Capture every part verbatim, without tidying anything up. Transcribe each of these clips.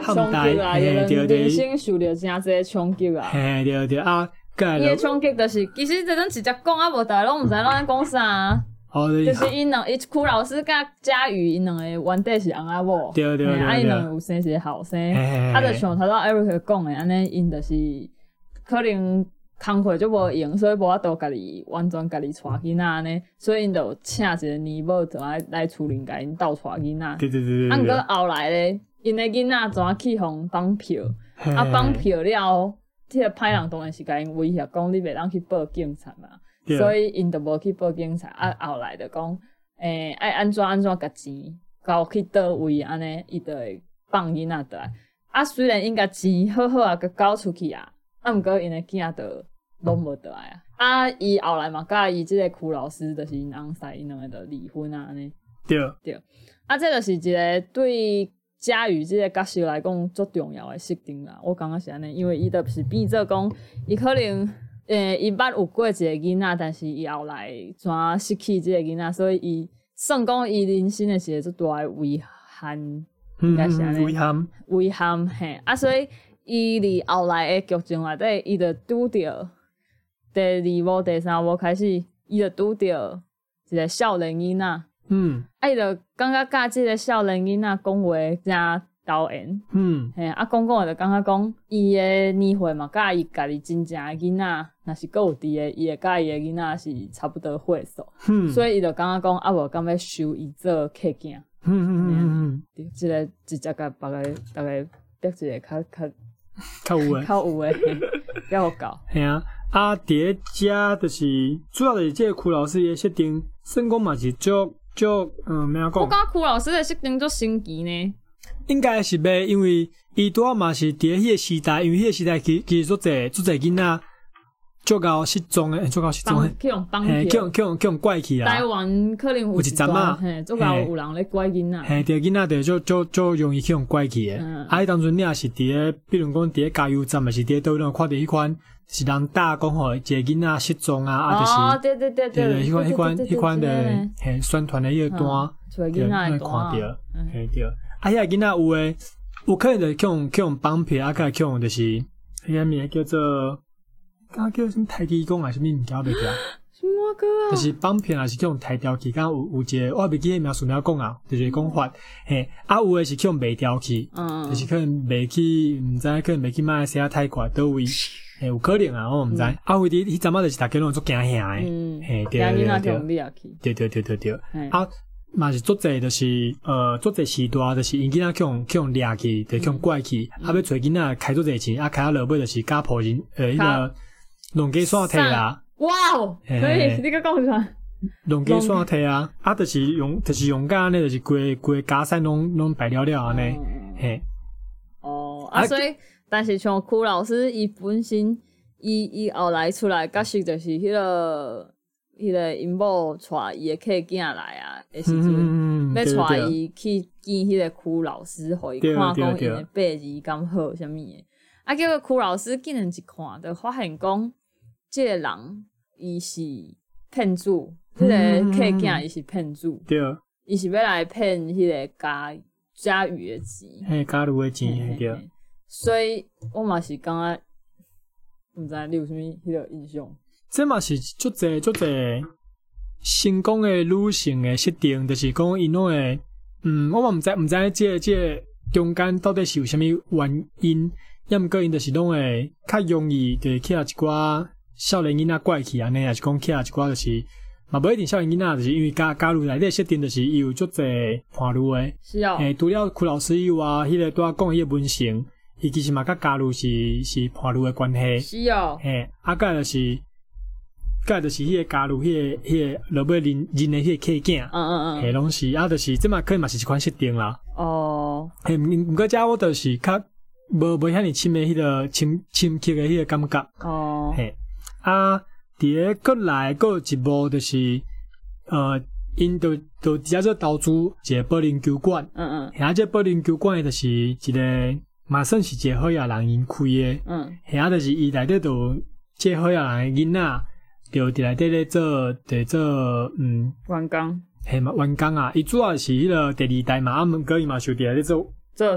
冲击啊，有人人生受到真侪冲击啊。 嘿，对对啊， 伊诶冲击就是，其实这阵直接讲啊，无大家拢毋知咱咧讲啥。哦，就是因两，伊苦老师甲佳宇因两个原底是翁仔某， 对对对， 啊因两个有生一个后生，啊，就像头拄 Eric 讲诶，安尼因就是可能工课就无用，所以无法度家己完全家己带囡仔安尼，所以因就请一个年某就来来厝里甲因斗带囡仔。 对对对对。 啊，毋过后来咧，因诶囡仔怎去互绑票，啊绑票了，迄个歹人当然是甲因威胁讲你袂当去报警察嘛。所以因就无去报警察，啊后来就讲，诶、欸，爱安怎安怎甲钱交去倒位安尼，伊就会放囡仔倒来。啊，虽然因甲钱好好啊，甲交出去啊，啊，毋过因诶囝就拢无倒来啊。啊，伊后来嘛，甲伊即个苦老师就是因翁婿，因两个就离婚啊安尼。 对对，啊，这就是一个对佳宇即个角色来讲足重要诶设定啦。我感觉是安尼，因为伊就是变做讲，伊可能。诶，伊捌有过一个囡仔，但是伊后来怎失去即个囡仔，所以伊算讲伊人生诶是一个足大诶遗憾，应该是安尼。 遗憾， 遗憾嘿，啊，所以伊伫后来诶剧情内底，伊就拄着第二幕、第三幕开始，伊就拄着一个少年囡仔。嗯，啊，伊就感觉甲即个少年囡仔讲话真投缘，嗯，嘿，啊，讲讲就感觉讲，伊诶年岁嘛，甲伊家己真正诶囡仔，若是佫有伫诶，伊会甲伊诶囡仔是差不多岁数，嗯，所以伊就感觉讲，啊无敢要收伊做客囝，嗯嗯嗯嗯，对，即个直接甲别个大家逼一个较较较有诶， 较有诶，比较有够。 系啊，啊，伫诶遮就是主要就是即个苦老师诶设定，算讲嘛是足足嗯，咩讲？ 我感觉苦老师诶设定足神奇呢。 应该是袂，因为伊拄仔嘛是伫咧迄个时代，因为迄个时代其其实足侪足侪囡仔足够失踪诶，足够失踪诶， 去用绑去用去用去用怪去啊！ 台湾可能有一阵啊， 嘿，足够有人咧怪囡仔， 嘿，对囡仔就足足足容易去用怪去诶。啊，迄当阵你也是伫咧，比如讲伫咧加油站，嘛是伫咧倒那看到迄款是人打讲吼，一个囡仔失踪啊，啊就是哦，对对对对对，迄款迄款迄款的嘿宣传的迄个单， 对，囡仔看到，嘿对。啊，遐个囡仔有诶，有可能就是去用去用绑票，啊，甲去用就是迄个名叫做，敢叫什么台机讲还是啥物物件袂记啊？ 什么歌啊？ 就是绑票还是去用台条去，敢有有一个我袂记迄名词名讲啊，就是讲法，嘿，啊有诶是去用卖条去，嗯，就是可能卖去，毋知可能卖去马来西亚泰国倒位，嘿，有可能啊，我毋知。啊，有伫迄阵仔就是大家拢足惊吓诶，嘿，对对对，对对对对对，啊。嘛是做侪就是呃做侪时代就是因囡仔去用去用掠去，就去用拐去，啊要找囡仔开做侪钱，啊开啊落尾就是家仆人呃迄个农家线摕啦。 哇哦，可以，你个讲出来。 农家线摕啊，啊就是用就是用甲安尼，就是规规家产拢拢摆了了安尼，嘿。 哦，啊所以但是像苦老师伊本身伊伊后来出来角色就是迄个。迄个因某带伊诶客囝来啊，诶时阵要带伊去见迄个苦老师，互伊看讲因诶八字敢好啥物诶。啊，结果苦老师竟然一看，就发现讲，即个人伊是骗子，即、嗯、个客囝伊是骗子， 对， 伊是要来骗迄个家家余诶钱， 嘿，家余诶钱，对。 所以我嘛是感觉，毋知你有啥物迄个印象？ 这嘛是足侪足侪成功诶女性诶设定，就是讲因拢会，嗯，我嘛毋知毋知即个即个中间到底是有啥物原因，抑毋过因就是拢会较容易，就是起来一寡少年囡仔怪气安尼，还是讲起来一寡就是嘛无一定少年囡仔，就是因为加加入内底设定就是伊有足侪伴侣诶， 是哦， 诶，除了苦老师以外，迄、那个拄仔讲迄个文成，伊其实嘛甲加入是是伴侣诶关系， 是哦， 嘿，啊，甲就是。甲就是迄个加入迄、那个迄、那个落尾认认诶迄个客囝，嗯嗯嗯，嘿拢是啊，就是即嘛可能嘛是一款设定啦。哦，嘿，毋过遮我就是较无无遐尼深诶迄个深深刻诶迄个感觉。哦，嘿，啊，伫咧过来过一幕就是呃，因就就直接做投资一个保龄球馆，嗯嗯，嘿啊，这保龄球馆诶就是一个嘛算是一个好野人因开诶，嗯，嘿啊，就是伊内底就这好野人诶囡仔。就伫内底咧做，伫做嗯， 员工， 嘿嘛，员工啊，伊主要是迄个第二代嘛，啊，毋过伊嘛是伫内底做做做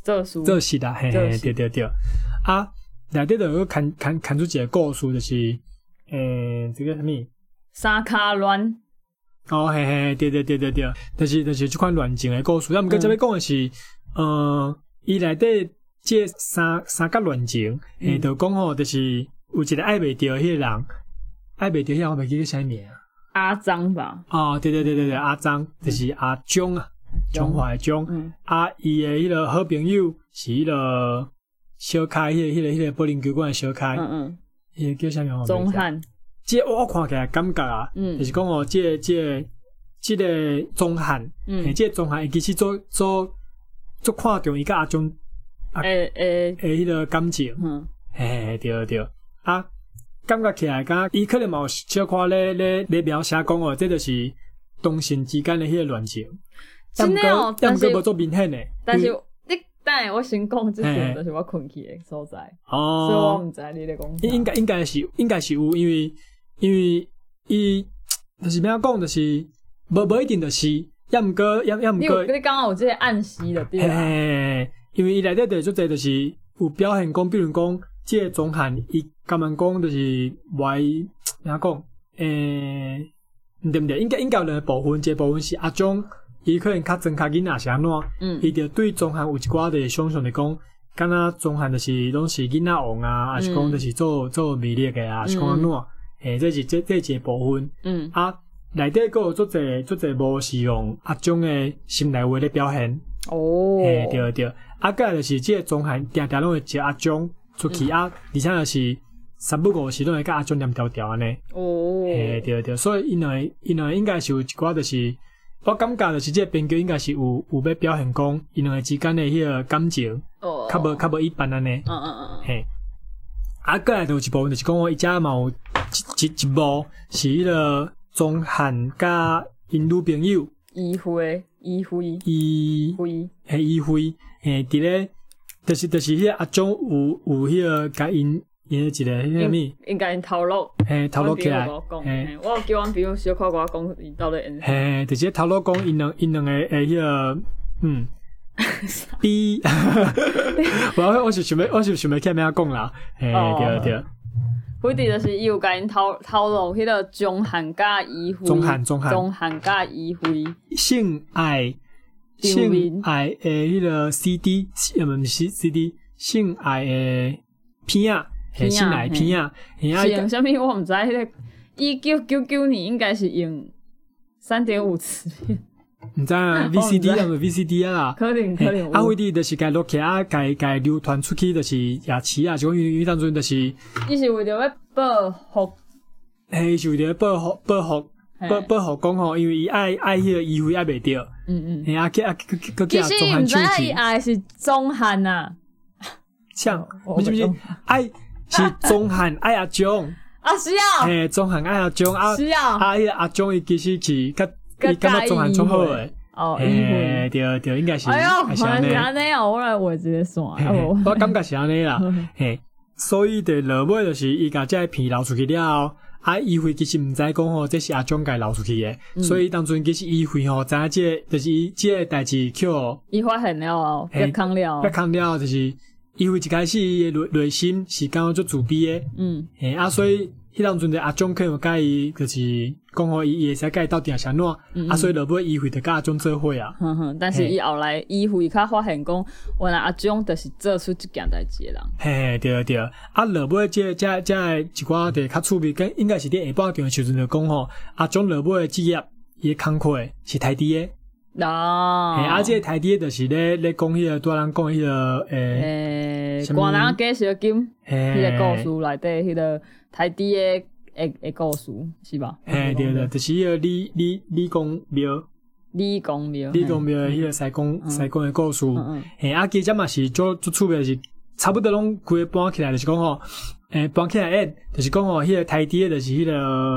做事做事啦，嘿嘿，对对对。啊，内底就有看看看出一个故事，就是诶，这个什么？ 三卡乱。 哦，嘿嘿，对对对对对，就是就是这款乱情的故事。啊，毋过这边讲的是，呃，伊内底这三三角乱情，诶，就讲吼，就是有一个爱袂着迄个人，爱袂着迄个我袂记得啥名啊。 阿张吧。 哦，对对对对对，阿张就是阿忠啊，中华的忠。嗯。啊，伊的迄个好朋友是迄个小开，迄个迄个迄个保龄球馆的小开。嗯嗯。迄个叫啥名？ 钟汉。 即我看起来感觉啊，嗯、就是讲哦，即、這個、即、這個、即个钟汉，嗯，即个钟汉其实做做做看重伊甲阿忠，诶诶诶，迄个感情，嗯，嘿对对，啊，感觉起来，甲伊可能嘛有小可咧咧咧描写讲哦，这就是同性之间的迄个恋情， 真的哦， 但是无做明显诶， 但是你等下我先讲即点，就是我困去诶所在，哦，所以我毋知你咧讲， 应该应该是应该是有，因为。因为伊就是咩讲，就是无无一定就是，也毋过也也毋过。 你刚刚有即个暗示的对啦。 嘿，因为伊内底就做侪就是有表现讲，比如讲，即个钟汉伊甘愿讲就是歪咩讲，诶，毋对毋对？应该应该有两个部分，一个部分是阿忠，伊可能较真较囡仔是安怎，嗯，伊就对钟汉有一寡的想象的讲，敢若钟汉就是拢是囡仔王啊，还是讲就是做做魅力的啊，是讲安怎？诶，这是这这一个部分，嗯，啊，内底佫有足侪足侪无是用阿忠诶心内话咧表现，哦，诶，对对，啊，个就是即个钟汉定定拢会接阿忠出去、嗯、啊，而且就是三不五时拢会甲阿忠念条条安尼，哦，诶，对对，所以因两因两应该是有一寡就是，我感觉就是即个编剧应该是有有要表现讲因两个之间诶迄个感情，哦，较无较无一般安尼，嗯嗯嗯，嘿。啊，过来就有一部分就是讲我伊遮嘛有一一一幕是迄个钟汉甲因女朋友依辉依辉依辉嘿依辉嘿，伫咧就是就是迄个阿忠有有迄个甲因因一个迄个咩？ 应该因头路嘿头路起来嘿，我有叫阮朋友小可我讲伊到底因嘿，就是头路讲因两因两个诶迄个嗯。B， 我我是想要，我是想要听咩讲啦，嘿，对对。 反正就是伊有甲因透透露迄个钟汉甲依辉， 钟汉钟汉钟汉甲依辉性爱性爱诶，迄个 C D， 呃毋是 C D， 性爱诶片啊，性爱片啊， 是用啥物我毋知，迄个一九九九年应该是用三点五磁片。 毋知啊 ，V C D 啊，毋 V C D 啊， 可能可能。 啊，为啲就是家录起啊，家家流传出去，就是夜市啊，就讲伊伊当阵就是。 伊是为着要保护。 嘿，是为着要保护保护保保护讲吼，因为伊爱爱迄个依辉爱袂着。嗯嗯。嘿，啊，去啊，去去去其实伊毋知伊爱是钟汉呐。 像，不是不是，爱是钟汉爱阿忠。 啊是啊。 嘿，钟汉爱阿忠啊。 是啊。 啊，伊阿忠伊其实是较。伊感觉钟汉足好诶，哦，诶，对对，应该是， 哎呦，是安尼哦，我来画一个线， 我感觉是安尼啦，嘿，所以伫落尾就是伊甲这片流出去了后，啊，依辉其实毋知讲吼，这是阿忠家流出去诶，所以当阵其实依辉吼，知影这就是伊这个代志叫， 伊发现了哦，别扛了， 别扛了，就是依辉一开始伊内内心是感觉足自卑诶，嗯，嘿，啊，所以。迄当阵的阿忠可能甲伊就是讲吼，伊会使甲伊斗阵是安怎，啊，所以落尾依辉就甲阿忠做伙啊。 哼哼，但是伊后来依辉较发现讲，原来阿忠就是做出即件代志诶人。 嘿，对对，啊，落尾即即即一寡的较趣味，跟应该是伫下半场诶时阵就讲吼，阿忠落尾诶职业伊工课是台底诶。 哦， 嘿，啊，即个台底就是咧咧讲迄个，拄咱讲迄个诶，诶，官人假小金，迄个故事内底迄个。台底诶诶诶故事是吧？ 嘿，对对，就是迄个李李李公庙， 李公庙， 李公庙迄个西公西公诶故事。嘿，啊，其实嘛是做做趣味是差不多拢规搬起来，就是讲吼，诶，搬起来诶，就是讲吼，迄个台底诶，就是迄个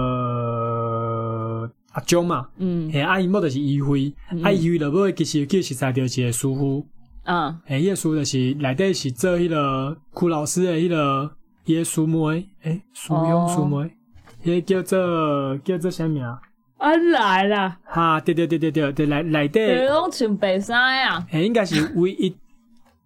阿忠嘛，嗯，嘿，啊，伊某就是依辉，啊，依辉落尾其实叫实在着一个师傅，嗯，嘿，迄个师傅就是内底是做迄个苦老师诶，迄个。伊个师妹，诶，师兄师妹，迄个叫做叫做啥名？ 啊来啦！ 哈，对对对对对，对内内底。 对，拢穿白衫呀。 诶，应该是唯一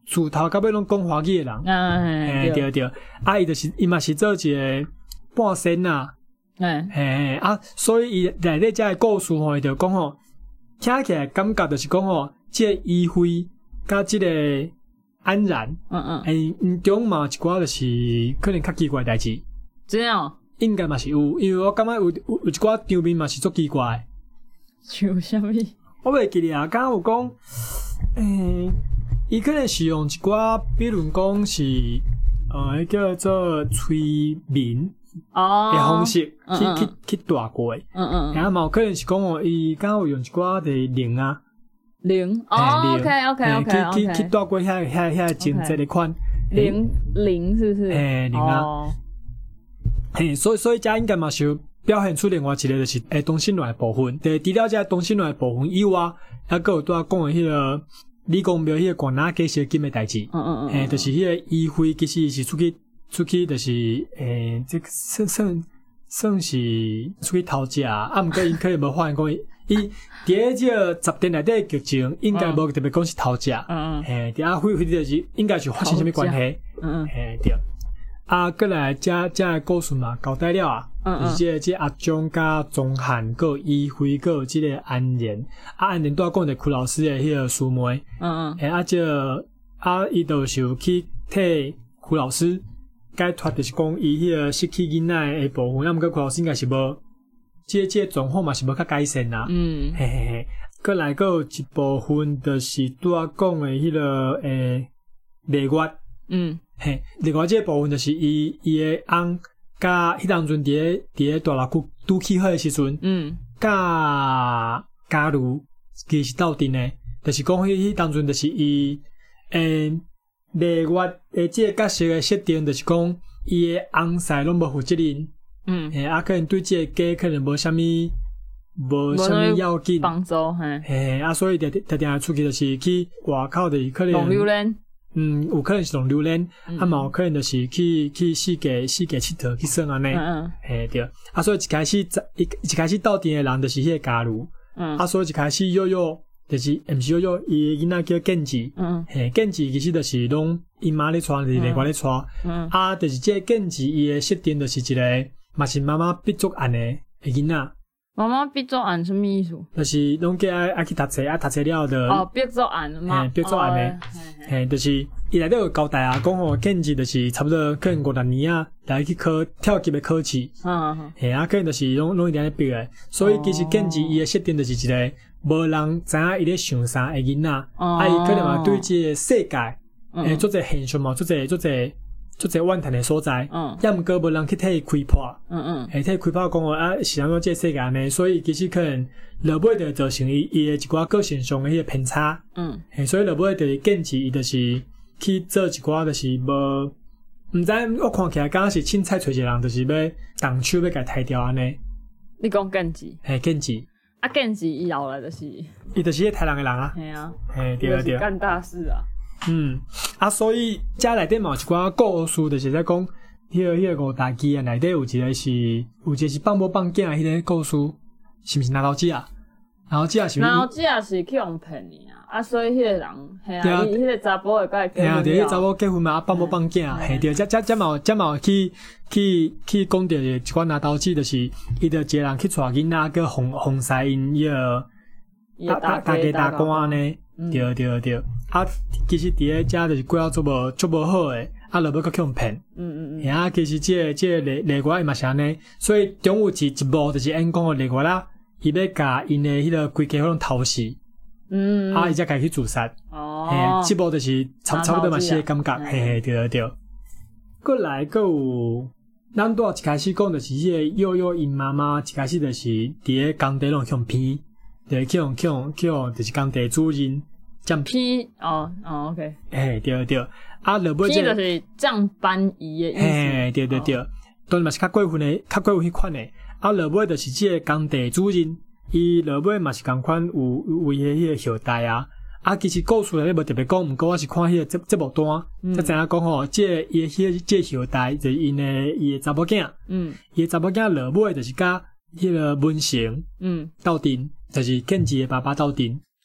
自头到尾拢讲华语诶人，哎对对，啊伊就是伊嘛是做一个半仙啊，哎嘿啊，所以伊内底遮诶故事吼，伊就讲吼，听起来感觉就是讲吼，即个依辉甲即个安然，嗯嗯，诶，毋中嘛一寡就是可能较奇怪诶代志， 这样应该嘛是有，因为我感觉有有有一寡场面嘛是足奇怪， 像啥物？ 我袂记哩啊，刚刚有讲，诶，伊可能是用一寡，比如讲是，呃，叫做催眠哦诶方式去嗯嗯去去带过诶，嗯嗯，然后嘛有可能是讲哦，伊刚刚有用一寡的灵啊， 灵哦 ，OK OK OK OK， 去去去带过遐遐遐情节的款， 灵灵是不是？ 诶，灵啊，嘿，所以所以遮应该嘛是。表现出另外一个就是诶，同性恋部分。对，除了这同性恋部分以外，还佫有拄仔讲诶迄个李公庙迄个管哪给写金诶代志。嗯嗯嗯。诶，就是迄个议会其实是出去出去，就是诶，这个算算算是出去偷食，啊，毋过伊可能无发现讲伊伫咧即个十点内底剧情，应该无特别讲是偷食。嗯嗯。诶，伫啊，会会就是应该是发生啥物关系？嗯嗯。诶，对。啊，过来遮遮诶故事嘛，交代了啊。嗯嗯，即个即阿忠甲钟汉，个议会个即个安然，啊安然拄仔讲着屈老师诶迄个师妹，嗯嗯，诶啊即个啊伊就是有去替屈老师解脱，就是讲伊迄个失去囡仔诶部分，啊毋过屈老师应该是无，即个即个状况嘛是无较改善啦，嗯，嘿嘿嘿，过来个有一部分就是拄仔讲诶迄个诶礼乐，嗯，嘿，礼乐即个部分就是伊伊诶翁。甲迄当阵伫咧伫咧大陆区拄起好诶时阵，嗯，甲假如其实斗阵诶，就是讲迄迄当阵就是伊诶礼乐诶即个角色诶设定，就是讲伊诶翁婿拢无负责任，嗯，诶啊可能对即个家可能无啥物无啥物要紧帮助，嘿， 嘿啊，所以定定定出去就是去外口就是可能弄榴莲。 嗯，有可能是用榴莲，嗯、啊嘛有可能就是去去世界世界佚佗去耍安尼，嗯嗯，嘿对，啊所以一开始一一开始斗阵诶人就是迄个假如，嗯，啊所以一开始悠悠就是毋是悠悠，伊诶囡仔叫建志，嗯嗯，嘿建志其實就是攏因媽咧帶，就是另外咧帶，嗯，啊就是即個建志伊诶設定就是一個嘛是媽媽必作案诶囡仔。 媽媽必作案什麼意思？ 就是攏叫愛愛去讀冊，啊讀冊了就哦，必作案嘛， 嘿，必作案誒，嘿，就是伊內底有交代啊，講吼建志就是差不多可能五六年啊，來去考跳級誒考試，嗯嗯，嘿啊，可能就是攏攏一定咧逼誒，所以其實建志伊誒設定就是一個無人知影伊咧想啥誒囡仔，啊伊可能嘛對即個世界誒做者現象嘛，做者做者。做者怨嘆誒所在，嗯，抑毋過無人去替伊開破，嗯嗯，誒替伊開破講話啊，是安怎即個世界安尼，所以其實可能落尾就造成伊伊誒一寡個性上誒迄個偏差，嗯，誒所以落尾就是建志伊就是去做一寡就是無，毋知我看起來敢若是凊彩找一個人，就是要動手要甲伊刣掉安尼。 你講建志？ 嘿，建志。 啊，建志以後來就是， 伊就是迄個殺人誒人啊。 係啊， 嘿對對， 幹大事啊。 嗯，啊，所以遮內底嘛有一寡故事，就是在講迄個迄個五大支啊，內底有一個是有一個是放某放囝迄個故事，是毋是拿刀子啊？拿刀子啊是？ 拿刀子啊是去用騙你啊，啊，所以迄個人係啊，伊迄個查甫會甲伊結婚。係啊， 對，迄查某結婚嘛，啊，放某放囝，係對，遮遮遮嘛遮嘛去去去講到一寡拿刀子，就是伊就一個人去帶囡仔，叫紅紅曬因迄個大大家大官呢。對對對，啊，其實佇咧遮就是過了足無足無好誒，啊，落尾閣去互騙，嗯嗯嗯，啊，其實即個即個例例外伊嘛是安尼，所以中有一一幕就是演講誒例外啦，伊要甲因誒迄個規家可偷死，嗯，啊，伊才家己去自殺，哦，嘿，即幕就是差差不多嘛是個感覺，嘿嘿，對對對，過來閣有，咱拄仔一開始講就是迄個幼幼因媽媽一開始就是佇咧工地攏去互騙。對，去用去用去用，就是工地主任降批哦哦 ，OK， 哎，對對，啊，落尾即就是降班伊的意思， 哎，對對對，當然嘛是較過分的，較過分迄款的，啊，落尾就是即個工地主任，伊落尾嘛是共款有有伊迄個後代啊，啊，其實故事內底無特別講，毋過我是看迄個節節目單，才知影講吼，即個伊迄個即個後代就是因誒伊誒查某囝，嗯，伊誒查某囝落尾就是甲迄個文成，嗯，鬥陣。就是建志的爸爸鬥陣，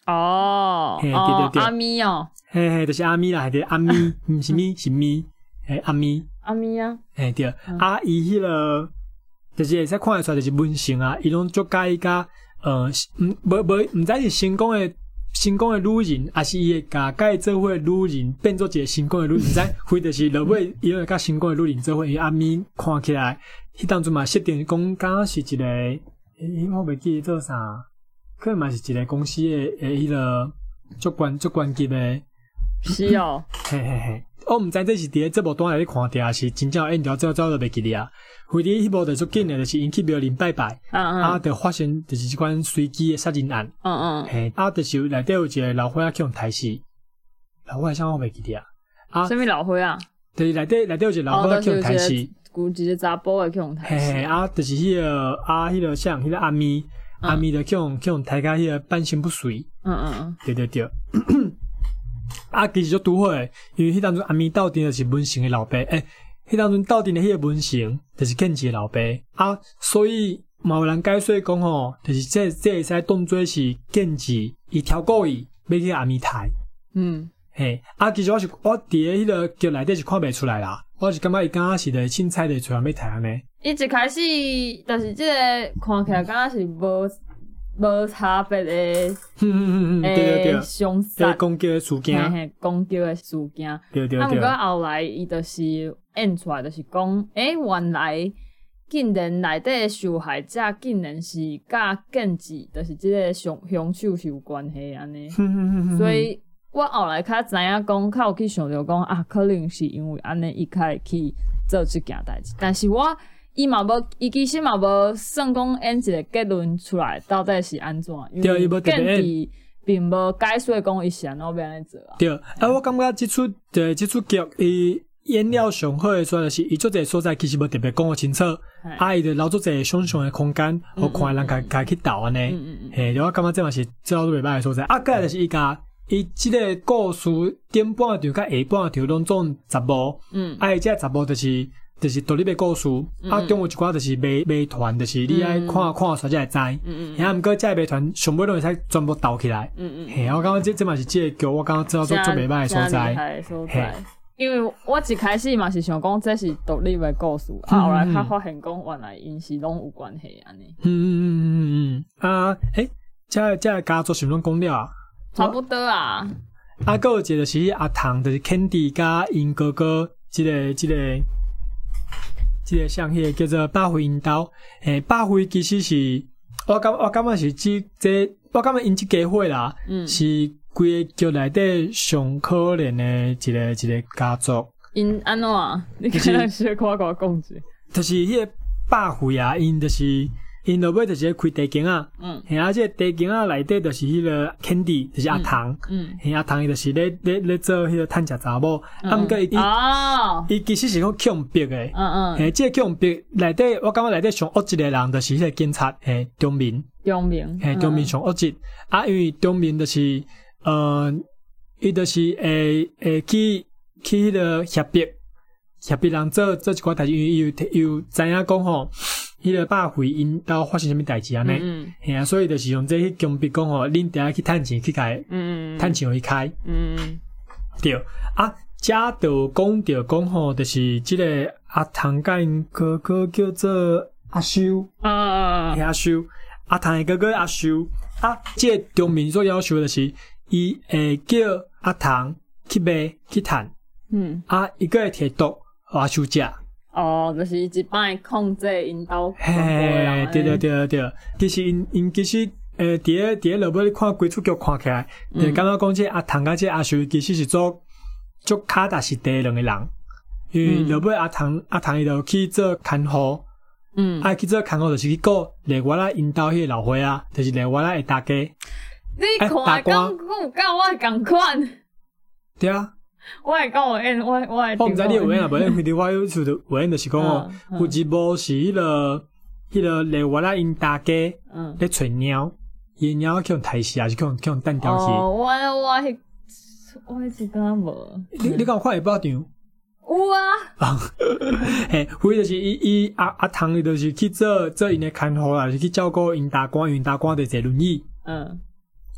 哦，嘿，对对对，阿咪哦， 嘿嘿，就是阿咪啦，系对阿咪，毋是咪是咪，嘿阿咪， 阿咪啊， 嘿对，啊伊迄个就是会使看得出来，就是文性啊，伊拢足介伊甲呃，毋无无毋知是成功诶。成功的女人，还是伊会甲甲伊做伙的女人变做一个成功的女人，毋知非就是落尾伊会甲成功的女人做伙。伊阿咪看起来，迄当阵嘛设定讲，敢若是一个，诶、欸，我袂记做啥，可能嘛是一个公司的诶，迄个足关足关级的。 是哦， 嘿嘿嘿，我毋知这是伫咧这部单内咧看掉，是真正演掉最后最后都袂记哩啊。非伫迄部就足紧诶，就是因去庙林拜拜，嗯嗯啊，就发生就是即款随机诶杀人案，嗯嗯，嘿，啊，就是内底有一个老伙仔去互杀死，老伙仔啥我袂记得啊， 啊，啥物老伙仔？ 就是内底内底有一个老伙仔去互杀死， 有一个查甫诶去互杀死， 嘿嘿，啊，就是迄个啊，迄个像迄个阿咪，阿咪就去互去互杀甲迄个半身不遂，嗯嗯嗯，对对对，啊，其实就拄好诶，因为迄当阵阿咪斗阵就是文成诶老爸，诶。迄当阵斗阵的迄个文成，就是建志的老爸啊，所以嘛有人解说讲吼，就是这这会使当做是建志伊挑故意要去阿咪杀。嗯，嘿，啊，其实我是我伫咧迄个剧内底是看袂出来啦，我是感觉伊敢若是咧凊彩地出来要杀安尼。 伊一开始就是即个看起来敢若是无无差别的，嗯嗯嗯，对对对，凶杀攻击的事件， 嘿嘿，攻击的事件， 对对对。 啊，毋过后来伊就是演出来，就是讲，诶、欸，原来竟然内底的受害者竟然是甲建志，就是即个凶凶手是有关系安尼。所以我后来较知影讲，较有去想着讲啊，可能是因为安尼伊开去做即件代志，但是我。伊嘛无，伊其实嘛无算讲演一个结论出来，到底是安怎？因为建志并无解说讲伊是安怎要安尼做啊。 对，啊，我感觉即出对即出剧伊演了上好诶，所以就是伊做这所在其实无特别讲互清楚，啊，伊就留做一个想象诶空间，互看人家家去斗安尼。嘿，我感觉这嘛是最好都袂歹诶所在。啊，再来就是伊甲伊即个故事顶半场甲下半场拢总查某，嗯，啊，伊即个查某就是。就是独立的故事，嗯、啊，中有一寡就是谜谜团，就是你爱看、嗯、看煞才会知。嗯嗯。然后毋过这谜团上尾拢会使全部斗起来。嗯嗯。嘿，我感觉这这嘛是这个剧，我感觉知道做做袂歹的所在。 嘿，因为我一开始嘛是想讲这是独立的故事，嗯、啊，后来较发现讲原来因是拢有关系安尼。 嗯嗯嗯嗯嗯啊，诶、欸，这这家族是拢讲了啊？ 差不多啊。 啊，还有一个就是阿唐，就是 Candy 甲因哥哥，即、這個即、這个。即个像迄个叫做百回引刀，诶，百回其实是我感我感觉是即这，我感觉因即家伙啦，嗯、是规个剧内底上可怜的一个一个家族。 因安怎啊？你可能是看我讲者。 就是迄个百回啊，因就是因落尾就是开茶间啊，嗯，嘿啊，即个茶间啊内底就是迄个 Candy， 就是阿唐，嗯，嘿阿唐伊就是咧咧咧做迄个趁食查某，啊，毋过伊哦，伊其实是讲强迫诶，嗯嗯，嘿，即个强迫内底，我感觉内底上恶一个人就是迄个警察，嘿，中民， 中民， 嘿，中民上恶一，啊，因为中民就是呃，伊就是会会去去迄个胁迫胁迫人做做一寡代志，因为伊有有知影讲吼。迄个百回因兜发生啥物代志安尼，嘿啊，所以就是用这去强迫讲吼，恁定去趁钱去甲伊，趁钱互伊开，嗯，对啊，遮就讲着讲吼，就是即个阿唐甲因哥哥叫做阿修，啊，阿修，阿唐诶哥哥阿修，啊，即个中民所要求的就是伊会叫阿唐去卖去趁，嗯，啊，伊个会摕毒阿修食。 哦，就是一摆控制因兜嘿，对对对对，其实因因其实诶，伫咧伫咧落尾你看规出剧看起来，诶，感觉讲这阿唐甲这阿修其实是做做脚踏实地两个人，因为落尾阿唐阿唐伊就去做看护，嗯，啊去做看护就是去顾另外啦因兜迄个老伙仔，就是另外啦会大家。 你看讲讲有甲我共款。 对啊。 我会讲有演，我我会。 我毋知你有演啊，无演，反正我有处有演就是讲哦，有一幕是迄个迄个另外啦因大家咧找猫，伊猫去用杀死，还是去用去用弹掉去？ 哦，我我迄我迄是敢无？ 你你敢有看下半场？ 有啊。 嘿，所以就是伊伊阿阿唐伊就是去做做因的看护啦，是去照顾因大官，因大官伫坐轮椅。嗯。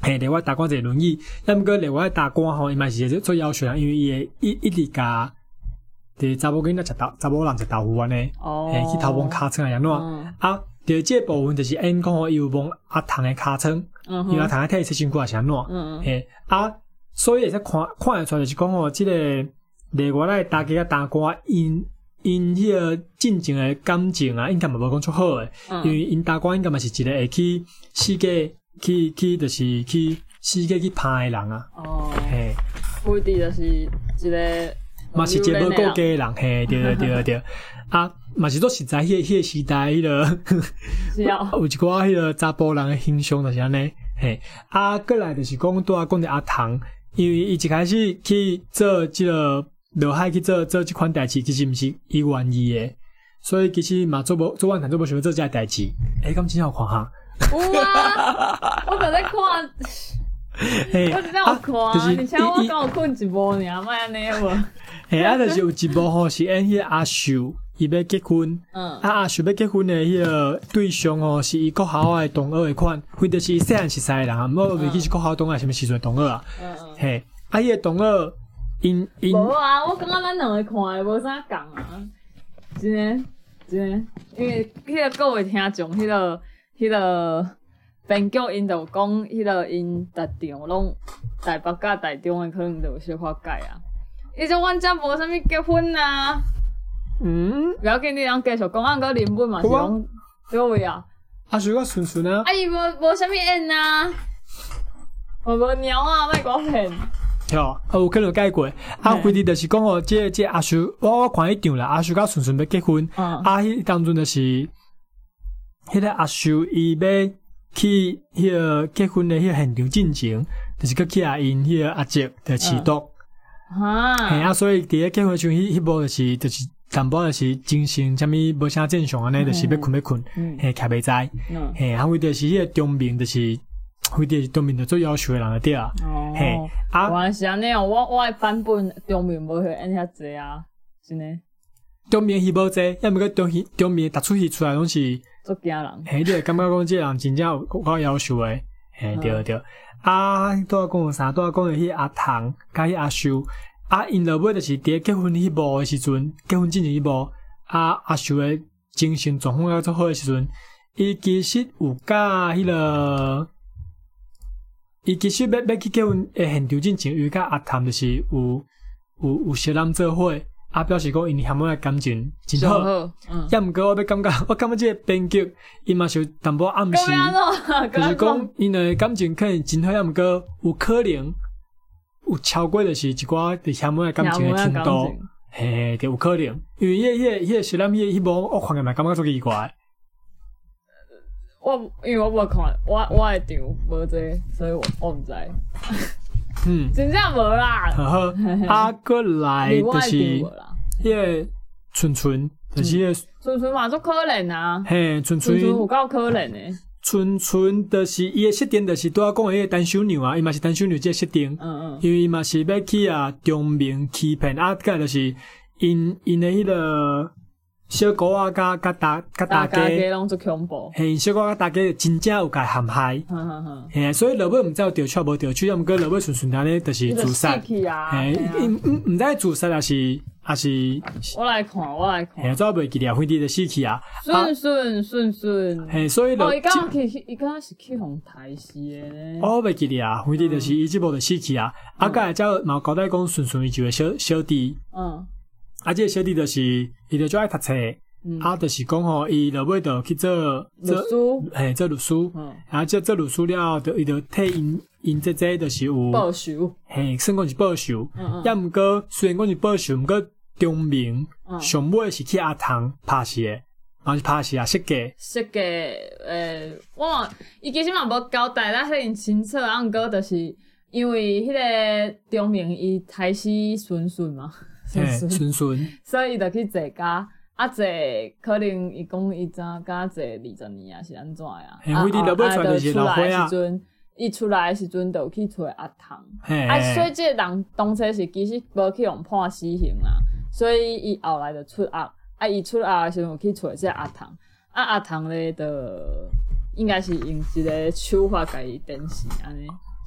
嘿，另外大官坐轮椅，要毋过另外大官吼，伊嘛是做要求啦，因为伊会一一直甲伫查某囡仔食豆，查某人食豆腐安尼，哦，嘿，去头摸尻川啊，安怎、嗯、啊？第二这部分就是因讲吼，伊有摸阿童的尻川，嗯、因为阿童喺睇伊切身躯也是安怎，嗯嘿啊，所以会使看看得出来就是讲吼，即、這個例外来大家啊大官因。因迄个进前的感情啊，应该嘛无讲出好诶，嗯、因为因大官应该嘛是一个会去世界去去就是去世界去拍诶人啊。哦，嘿， 不一定就是一个嘛是一个无顾家诶人，嘿，对对对对，啊，嘛是做实在迄个迄个时代迄个，是啊，有一寡迄个查甫人诶形象就是安尼，嘿，啊，过来就是讲拄仔讲的阿童，因为伊一开始去做即、這个。落海去做做即款代志，其實毋是伊願意誒，所以其實嘛做無做完，做無想要做即個代志。誒，咁真有看哈？ 有啊，我就在看，我真有看，而且我剛有困一幕爾，莫安尼無。 誒，啊，就是有一幕吼是演迄個阿秀，伊要結婚，嗯，啊阿秀要結婚誒迄個對象吼是伊國校誒同學誒款，或者是細漢時勢人，毋好袂記是國校同學，什麼時陣同學啊？嗯嗯。嘿，啊迄個同學。因因無啊，我感覺咱兩個看誒無啥共啊，真誒真誒，因為迄個各位聽眾，迄、那個迄、那個編劇因就講，迄個因逐場攏台北甲台中誒，可能就有小可改啊。伊說阮遮無啥物結婚啊，嗯，不要緊，你通繼續講，啊，個林本嘛是講對位啊。 啊，是個順順啊。啊， 伊無無啥物演啊，無無鳥啊，莫講騙。 哦，啊有可能解過，啊，規日就是講吼，即即阿叔，我我看迄場啦，阿叔甲順順要結婚，嗯、啊，迄當陣就是，迄個阿叔伊要去迄個結婚的迄個現場進前，就是佮去阿因迄個阿叔的祈禱，哈、嗯，嘿啊，所以佇個結婚時陣，迄迄幕就是就是淡薄就是精神啥物無啥正常安尼，就是要困要困，嗯、嘿，徛袂知，嗯、嘿，啊，為就是迄個中面就是。佢哋中面就做要求嘅人就對啊，嘿， 啊，原來是安尼哦，我我嘅版本中面無去演遐濟啊，真誒。 中面戲無濟，要毋過中戲中面突出戲出來攏是做驚人， 嘿，你會感覺講即個人真正有夠要求誒，嘿，對對。啊，拄仔講啥？拄仔講誒迄阿童甲迄阿秀，啊，因落尾就是佇結婚迄幕誒時陣，結婚之前迄幕，啊阿秀誒精神狀況較足好誒時陣，伊其實有甲迄個。伊其實要要去結婚誒現場進前，伊甲阿童就是有有有小人做伙，啊表示講因嫌我誒感情真好，嗯，也毋過我要感覺，我感覺即個編劇伊嘛是有淡薄暗示，就是講因誒感情可能真好，也毋過有可能有超過就是一寡佇嫌我誒感情誒程度，嘿，就有可能，因為迄迄迄個小人迄迄幕我看起來感覺足奇怪。 我因為我無看，我我誒場無這個，所以我我毋知。嗯，真正無啦。 好好，啊，過來就是迄個春春，就是迄個春春嘛，足可憐啊。 嘿，春春有夠可憐誒。 春春就是伊誒設定，就是拄仔講誒迄個單手娘啊，伊嘛是單手娘即個設定。嗯嗯。因為伊嘛是要去啊中面欺騙，啊，個就是因因誒迄個。小姑仔甲甲大甲大家攏足恐怖， 嘿，小姑仔甲大家真正有甲陷害，嘿，所以落尾毋知有調出無調出，要毋過落尾順順安尼就是自殺，嘿，毋毋毋知自殺還是還是。 我來看，我來看。 嘿，我袂記了，反正就死去啊。 順順順順。 嘿，所以落。 哦，伊剛去，伊剛是去互殺死誒咧。 我袂記了啊，反正就是伊即部就死去啊。啊，甲來則嘛有交代講順順伊一個小小弟。嗯。啊，即個小弟就是伊就最愛讀冊，嗯、啊，就是講吼，伊落尾就去做做，嘿，做律師，嗯、然後即做律師了，就伊就替因因即即就是有報仇， 嘿，算講是報仇，也毋過雖然講是報仇，毋過中明上尾是去阿童拍死誒，嘛是拍死啊，設計設計，誒，我嘛伊其實嘛無交代咱迄清楚，啊，毋過就是因為迄個中明伊開始順順嘛。 順順， 所以伊就去坐家，啊坐可能伊講伊早甲坐二十年啊，是安怎呀？啊啊！就出來誒時陣，伊出來誒時陣就去找阿童，啊，所以即個人當初是其實無去互判死刑啦，所以伊後來就出鴨，啊伊出鴨誒時陣有去找即個阿童，啊阿童咧就應該是用一個手法甲伊電死安尼。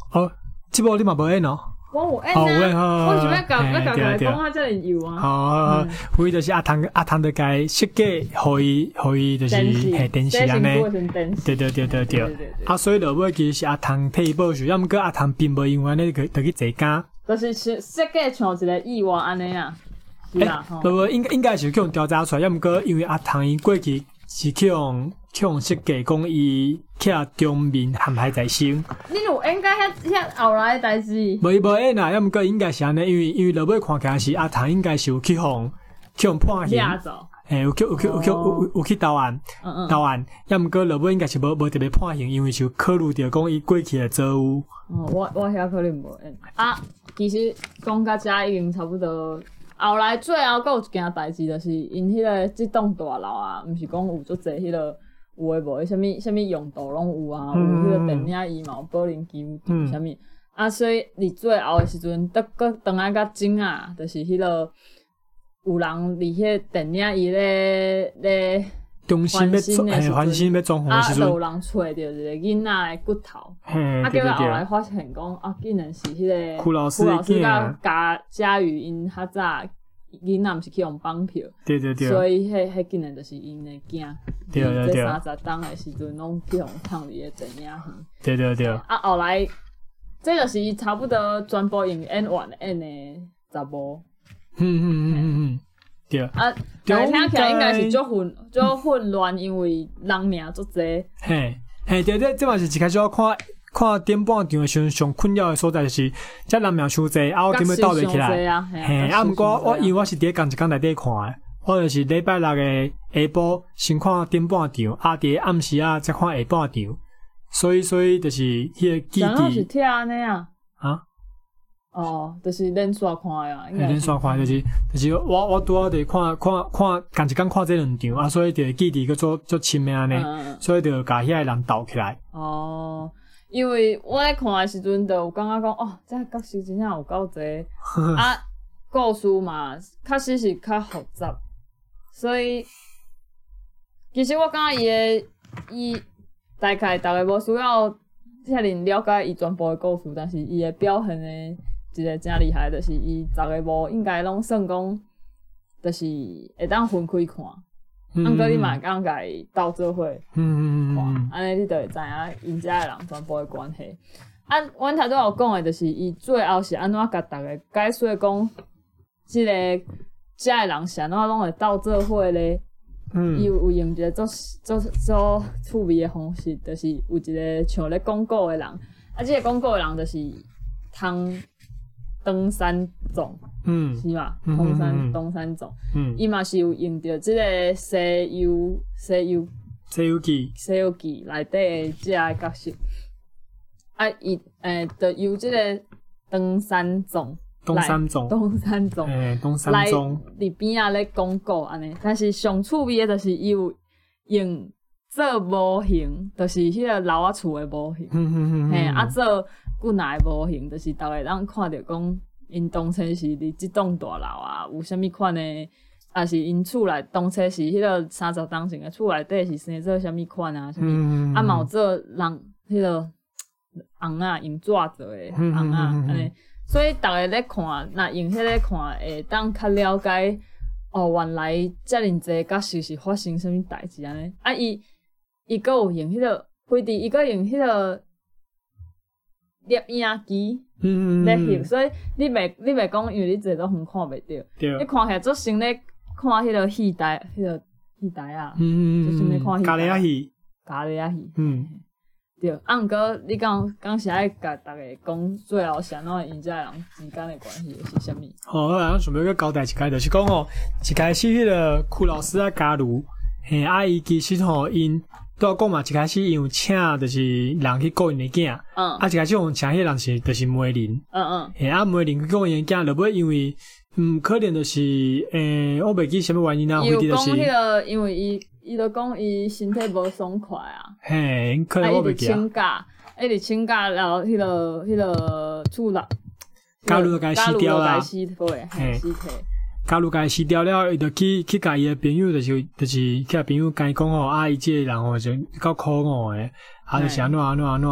哦，这部你嘛无演哦。 我有演啊，我想要甲要甲佢讲啊，遮尔油啊。 好，所以就是阿汤阿汤的该设计，可以可以就是系电视安尼。对对对对对。啊，所以落尾其实是阿汤替报仇，要毋过阿汤并无因为安尼去去坐监。 就是设计像一个意外安尼啊。是啦， 无无应该应该是去用调查出来，要毋过因为阿汤伊过去是去用。用设计讲伊徛中面陷害在先， 你有应该遐遐后来诶代志？ 无伊无演啊，要毋过应该是安尼，因为因为落尾看起来是阿汤应该是有去互去互判刑，诶，有去有去有去有有去投案，投案，要毋过落尾应该是无无特别判刑，因为就考虑着讲伊过去诶错误。 哦，我我遐可能无演啊，其实讲到遮已经差不多。后来最后阁有一件代志，就是因迄个即栋大楼啊，毋是讲有足侪迄个。有诶无诶，啥物啥物用途拢有啊，有迄个电影伊嘛有保龄球啥物啊，所以伫最后诶时阵，得搁转来较精啊，就是迄个有人伫迄电影伊咧咧中心要装，诶，翻新要装潢诶时阵， 啊，有人找着一个囡仔诶骨头，啊，结果后来发现讲啊，竟然是迄个库老师甲加嘉瑜因较早。囡仔毋是去用绑票， 对对对， 所以迄迄竟然就是因诶囝， 对对对， 这三十档诶时阵拢去用唱伫诶电影戏， 对对对。 啊，后来这就是差不多全部用演完演诶查某， 嗯嗯嗯嗯嗯，对。啊， 但听起来应该是足混足混乱，因为人名足侪。 嘿，嘿，对对，这嘛是一开始我看。看点半场诶时阵，上困扰诶所在就是，遮人名伤侪，啊，我根本斗袂起来。嘿，啊，毋过我因为我是伫共一工内底看诶，我就是礼拜六诶下晡先看点半场，啊，伫暗时啊再看下半场，所以所以就是迄个记忆。 是听安尼啊？ 啊？ 哦，就是连续看啊，应该。 连续看就是就是我我拄好伫看看看共一工看这两场啊，所以就记忆个做做深诶安尼，所以就甲遐个人斗起来。 哦。因为我咧看诶时阵，就有感觉讲，哦，这角色真正有够侪啊，故事嘛，确实是较复杂，所以其实我感觉伊诶，伊大概逐个无需要遐尔了解伊全部诶故事，但是伊诶表现诶一个真厉害，就是伊逐个无应该拢算讲，就是会当分开看。啊，毋过你嘛会当甲伊斗做伙看，安尼你就会知影因遮诶人全部诶关系。啊，阮头拄有讲诶，就是伊最后是安怎甲逐个解说讲，即个遮诶人是安怎拢会斗做伙咧？伊有有用一个做做做趣味诶方式，就是有一个像咧广告诶人，啊，即个广告诶人就是通登山总。嗯，是嘛？东山东山总，伊嘛是有用到即个西游西游西游记西游记内底诶即个角色，啊，伊诶，就由即个东山总东山总东山总诶东山总伫边仔咧广告安尼，但是上趣味诶就是伊有用做模型，就是迄个楼仔厝诶模型，嘿，啊做骨内诶模型，就是逐个人看着讲。因当初是伫即栋大楼啊，有啥物款诶，啊是因厝内当初是迄个三十当前诶厝内底是生做啥物款啊，啥物啊嘛有做人迄个红啊用纸做诶红啊安尼，所以逐个咧看，若用迄个看会当较了解哦，原来遮尔济角色是发生啥物代志安尼，啊伊伊阁有用迄个，规伫伊阁用迄个摄影机。嗯，咧翕，所以你袂你袂讲，因为你坐到远看袂着，你看起来足像咧看迄个戏台，迄个戏台啊，嗯，就像咧看戏台。 咖喱仔戏， 咖喱仔戏，嗯，对。啊，毋过你讲讲是爱甲逐个讲最后是安怎因遮人之间的关系是啥物？ 哦，我想想要个交代一开，就是讲吼，一开始迄个库老师啊加入，嘿，啊伊其实吼因。拄仔讲嘛，一开始因为请就是人去顾因诶囝，嗯，啊一开始用请迄人是就是媒人，嗯嗯，嘿啊媒人去顾因诶囝，落尾因为嗯可能就是诶、欸、我袂记啥物原因啊， 伊有讲迄个，因为伊伊著讲伊身体无爽快啊， 嘿，可能我袂记啊， 伊请假，伊伫请假，然后迄个迄个厝内， 假如甲伊死掉啦， 死退，嘿，死退。 假如家己死掉了，伊就去去甲伊诶朋友，就是就是去甲朋友甲伊讲吼，啊伊即个人吼就够可恶诶，啊就是安怎安怎安怎，啊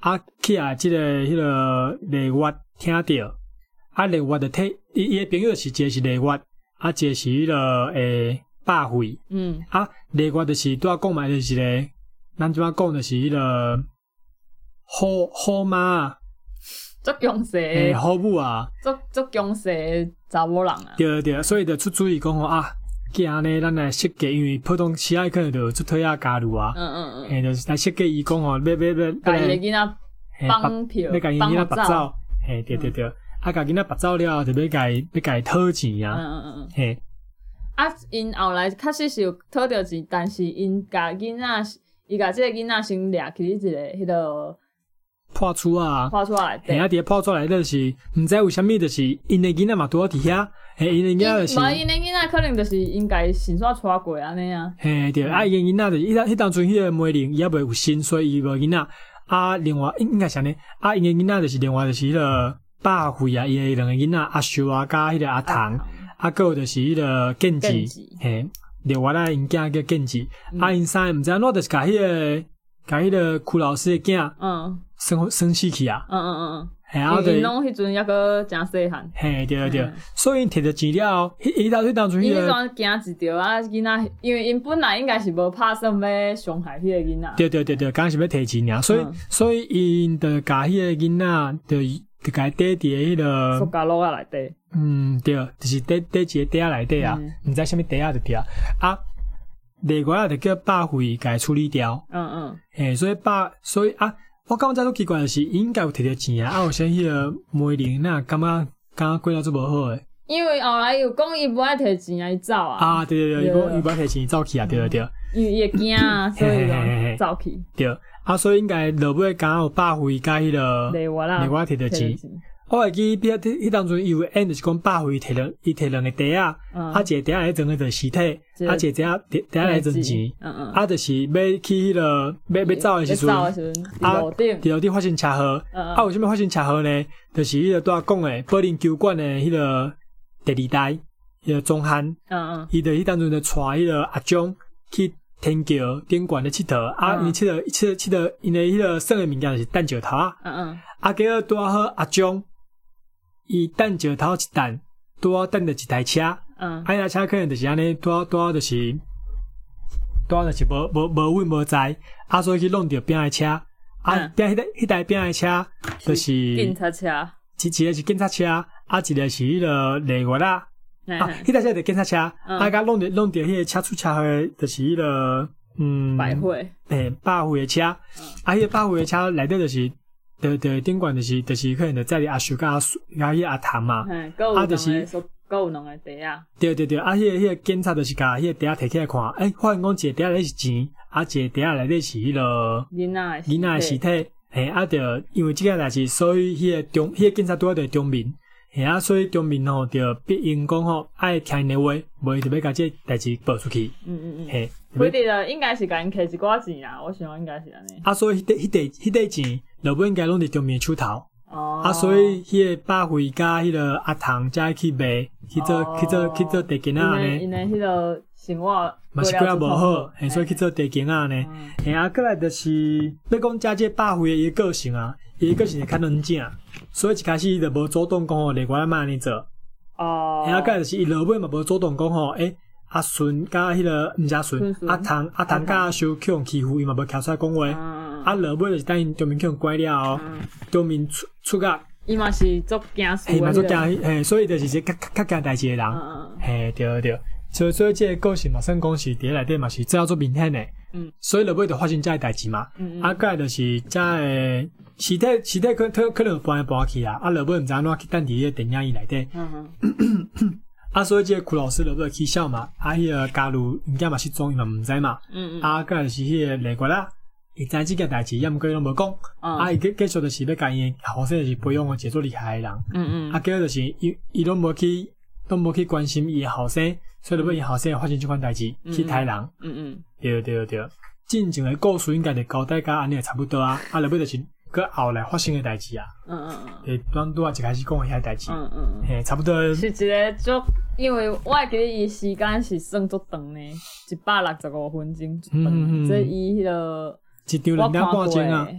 啊去啊，即个迄个丽月听着，啊丽月的替伊伊诶朋友是一个是丽月，啊一个是迄个诶百惠，嗯，啊丽月就是拄仔讲嘛，就是一个咱即摆讲就是迄个好好妈啊， 足强势诶好母啊， 足足强势诶查某人啊， 对对，所以就出主意讲吼啊。既然呢，咱来设计，因为普通时啊可能就出退啊加入啊，嗯嗯嗯，嘿，就是来设计伊讲吼，要要要， 甲伊个囡仔绑票， 要甲伊囡仔白走，嘿，对对对，啊，甲囡仔白走了，就要甲伊要甲伊讨钱啊，嗯嗯嗯嗯，嘿， 啊，因后来确实是有讨着钱，但是因甲囡仔，伊甲即个囡仔先掠去一个迄个破厝啊， 破厝内底， 嘿，啊，伫破厝内底是，毋知为虾米，就是因个囡仔嘛拄好伫遐。嘿，因个囡仔就是， 无因个囡仔可能就是因家先煞带过安尼啊。 嘿，对，啊，因个囡仔就是迄当迄当阵迄个梅玲伊也未有生，所以伊无囡仔。啊，另外应该是安尼，啊，因个囡仔就是另外就是迄个百惠啊，伊个两个囡仔阿秀啊，甲迄个阿唐，啊，还有就是迄个建志，嘿，另外啦，因囝叫建志，啊，因三个毋知安怎就是甲迄个甲迄个邱老师个囝，嗯，生生死去啊，嗯嗯嗯嗯。 因拢迄阵抑个诚细汉， 嘿，对对对，所以因摕着钱了，迄迄当迄当阵， 伊迄阵惊一条啊囡仔，因为因本来应该是无拍算要伤害迄个囡仔， 对对对对，刚是要摕钱尔，所以所以因着甲迄个囡仔，着着甲缀伫迄个塑胶袋内底， 嗯，对，就是缀缀一个袋仔内底啊，毋知啥物袋仔着对啊，啊，另外着叫百惠甲伊处理掉，嗯嗯，嘿，所以百所以啊。我感觉最奇怪的是，伊应该有摕着钱啊，啊，有啥迄个梅玲那感觉感觉过了做无好诶。 因为后来有讲伊无爱摕钱啊，伊走啊。 啊，对对对，伊讲伊无爱摕钱走去啊，对对对。 因为伊会惊啊，所以就走去。 对，啊，所以应该落尾刚有百惠甲迄个丽月啦， 丽月摕着钱。我会记迄迄当阵伊有演就是讲百惠摕两伊摕两个袋啊，啊一个袋来装迄个尸体，啊一个袋仔袋来装钱，啊就是要去迄个要要走诶时阵，啊伫路顶发生车祸，啊为虾米发生车祸呢？就是迄个拄仔讲诶保龄球馆诶迄个第二代迄个钟汉，嗯嗯，伊著迄当阵著带迄个阿忠去天桥顶馆咧佚佗，啊因佚佗佚佗佚佗因诶迄个耍诶物件就是弹石头啊，嗯嗯，啊结果拄仔好阿忠。伊等石头一等，拄好等着一台车，嗯，啊，台车可能就是安尼，拄好拄好就是，拄好就是无无无稳无在，啊，所以去弄着边个车，啊，边迄台迄台边个车就是警察车， 一一个是警察车，啊，一个是迄个丽月啦，啊，迄台车就是警察车，啊，甲弄着弄着迄个车出车祸，就是迄个嗯， 百惠， 诶，百惠的车，啊，迄个百惠的车内底就是。对对，顶管就是就是可能就载哩阿叔甲阿甲迄阿唐嘛， 啊就是够有两个袋啊。 对对对，啊迄个迄个检查就是甲迄个袋仔摕起来看，诶，发现讲一个袋仔内是钱，啊一个袋仔内底是迄个囡仔囡仔尸体，嘿，啊着因为即个代志，所以迄个中迄个检察拄仔着中面，嘿啊，所以中面吼着逼因讲吼爱听因的话，无伊就要甲即个代志报出去。嗯嗯嗯，嘿， 规定了应该是甲因摕一寡钱啦，我想应该是安尼。 啊，所以迄块迄块迄块钱。落尾应该拢伫中面出头，哦、啊，所以迄个百惠甲迄个阿唐才去卖，去做、哦、去做去做地景啊呢。 因为迄个生活嘛是过了无好，嘿，所以去做地景啊呢。嘿、嗯，啊，过来就是要讲遮这百惠伊个性啊，伊个性是较冷静，所以一开始伊就无主动讲吼，另外卖安尼做。哦。嘿，啊，过来就是伊落尾嘛无主动讲吼，诶、欸，阿顺甲迄个毋是顺，阿唐阿唐甲阿修去互欺负，伊嘛无跳出来讲话。嗯啊，落尾就是等因中面去互拐了哦，中面出出甲， 伊嘛是做惊事， 嘿嘛做惊，嘿，所以就是些较较惊代志诶人，嘿，对对，所以所以即个个性嘛，算讲是伫内底嘛是最要做明显诶，嗯，所以落尾就发生遮个代志嘛，嗯啊，过来就是遮个尸体尸体可可可能搬来搬去啊，啊，落尾毋知安怎去等伫迄个电影院内底，嗯嗯，啊，所以即个邱老师落尾起笑嘛，啊，迄个假如人家嘛失踪，伊嘛毋知嘛，嗯嗯，啊，过来就是迄个丽月啦。伊知即件代志，也毋过伊拢无讲，啊，伊继继续就是要甲伊后生就是培养个一个做厉害诶人，嗯嗯，啊，结果就是伊伊拢无去，拢无去关心伊诶后生，所以落尾伊后生发生即款代志，去杀人，嗯嗯，对对对，进前诶故事应该是交代甲安尼差不多啊，啊，落尾就是佮后来发生诶代志啊，嗯嗯嗯，诶，咱拄啊一开始讲诶遐代志，嗯嗯，嘿，差不多是一个足，因为我会记得伊时间是算足长诶，一百六十五分钟，嗯嗯，即伊迄个。 一张两点半钟啊！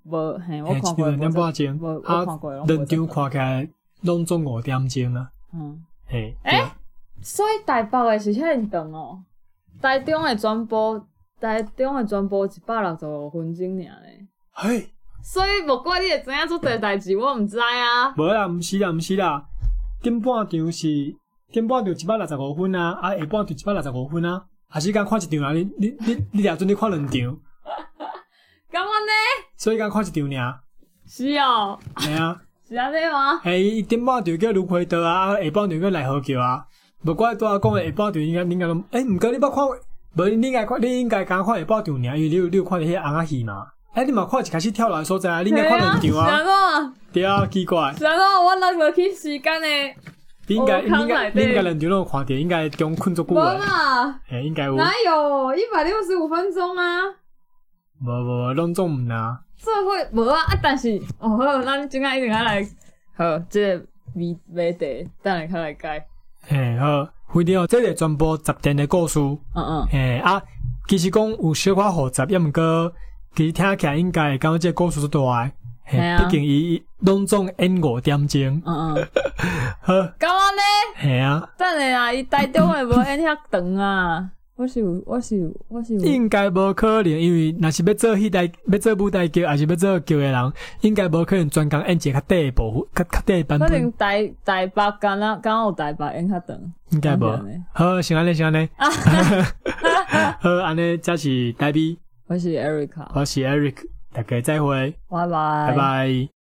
无嘿，我看过两点半钟， 无我看过， 认真看起来拢总五点钟啊。嗯，嘿， 诶、欸，所以台北诶是遐尼长哦，台中诶转播，台中诶转播一百六十五分钟尔咧。 嘿， 所以无怪你会知影做这代志，我毋知啊。 无啦，毋是啦，毋是啦，顶半场是顶半场一百六十五分啊，啊下半场一百六十五分啊，还是讲看一场啊？你你你你掠准你看两场？ 咁安尼？ 所以讲看一场尔。 是哦。 系啊。 是安尼吗？ 嘿，伊顶半场叫卢奎德啊，下半场叫赖和桥啊。无怪拄仔讲诶，下半场应该应该拢，诶，毋过你捌看，无你应该看，你应该敢看下半场尔，因为你有你有看迄个红仔戏嘛？诶，你嘛看一开始跳落来所在啊，你应该看两场啊。 是安怎？ 对啊，奇怪。 是安怎？我落落去时间诶。 你应该你应该你应该两场拢看着，应该中困足久诶。 无嘛？ 嘿，应该有。 哪有一百六十五分钟啊？ 无无无，拢总毋拿。 这会无啊？啊，但是哦好，咱今仔一定要来。好，这个美美地，等下较来解。 嘿，好，非常这个全部十点的故事。嗯嗯。嘿啊，其实讲有小可复杂，也毋过其实听起来应该会感觉这个故事足大诶。嘿，毕竟伊拢总演五点钟。嗯嗯。好。 咁安尼？ 嘿啊。 等下啊，伊台中诶无演遐长啊。我是有，我是有，我是有。 应该无可能，因为若是要做迄台，要做舞台剧，还是要做剧诶人，应该无可能专工演一个较短诶部分，较较短诶版本。 可能台台北敢若敢有台北演较长。 应该无。好，先安尼，先安尼。好，安尼这是台币。 我是 Erica。 我是 Eric，大家再会。 拜拜。 拜拜。